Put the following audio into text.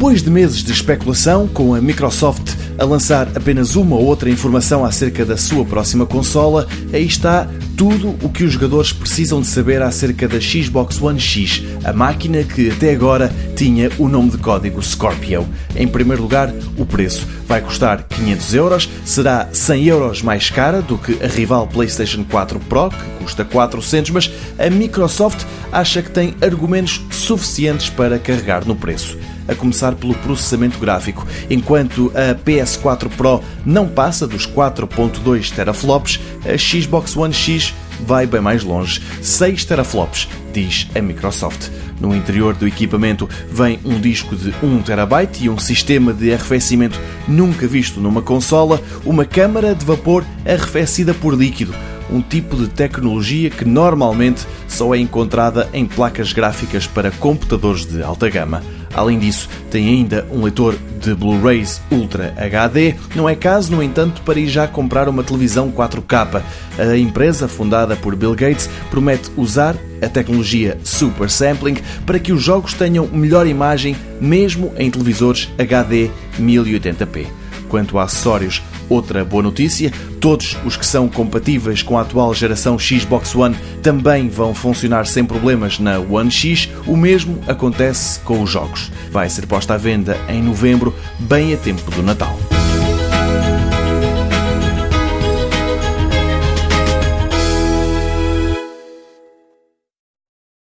Depois de meses de especulação, com a Microsoft a lançar apenas uma ou outra informação acerca da sua próxima consola, aí está tudo o que os jogadores precisam de saber acerca da Xbox One X, a máquina que até agora tinha o nome de código Scorpio. Em primeiro lugar, o preço. Vai custar 500 €, será 100 € mais cara do que a rival PlayStation 4 Pro, que custa 400, mas a Microsoft acha que tem argumentos suficientes para carregar no preço. A começar pelo processamento gráfico. Enquanto a PS4 Pro não passa dos 4.2 teraflops, a Xbox One X vai bem mais longe, 6 teraflops, diz a Microsoft. No interior do equipamento vem um disco de 1 TB e um sistema de arrefecimento nunca visto numa consola, uma câmara de vapor arrefecida por líquido, um tipo de tecnologia que normalmente só é encontrada em placas gráficas para computadores de alta gama. Além disso, tem ainda um leitor de Blu-rays Ultra HD. Não é caso, no entanto, para ir já comprar uma televisão 4K. A empresa, fundada por Bill Gates, promete usar a tecnologia Super Sampling para que os jogos tenham melhor imagem mesmo em televisores HD 1080p. Quanto a acessórios, outra boa notícia, todos os que são compatíveis com a atual geração Xbox One também vão funcionar sem problemas na One X. O mesmo acontece com os jogos. Vai ser posta à venda em novembro, bem a tempo do Natal.